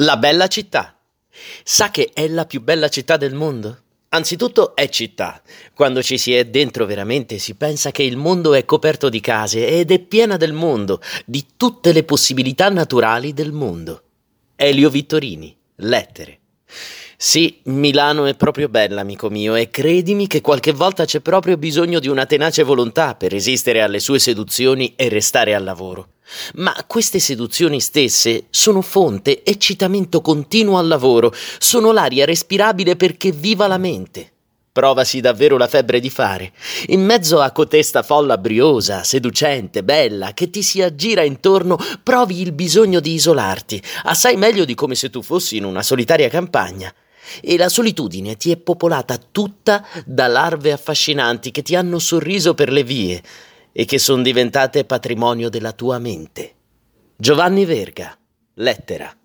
La bella città. Sa che è la più bella città del mondo? Anzitutto è città. Quando ci si è dentro veramente si pensa che il mondo è coperto di case ed è piena del mondo, di tutte le possibilità naturali del mondo. Elio Vittorini, Lettere. Sì, Milano è proprio bella, amico mio, e credimi che qualche volta c'è proprio bisogno di una tenace volontà per resistere alle sue seduzioni e restare al lavoro. Ma queste seduzioni stesse sono fonte, eccitamento continuo al lavoro, sono l'aria respirabile perché viva la mente. Provasi davvero la febbre di fare. In mezzo a cotesta folla briosa, seducente, bella, che ti si aggira intorno, provi il bisogno di isolarti, assai meglio di come se tu fossi in una solitaria campagna. E la solitudine ti è popolata tutta da larve affascinanti che ti hanno sorriso per le vie e che son diventate patrimonio della tua mente. Giovanni Verga, Lettera.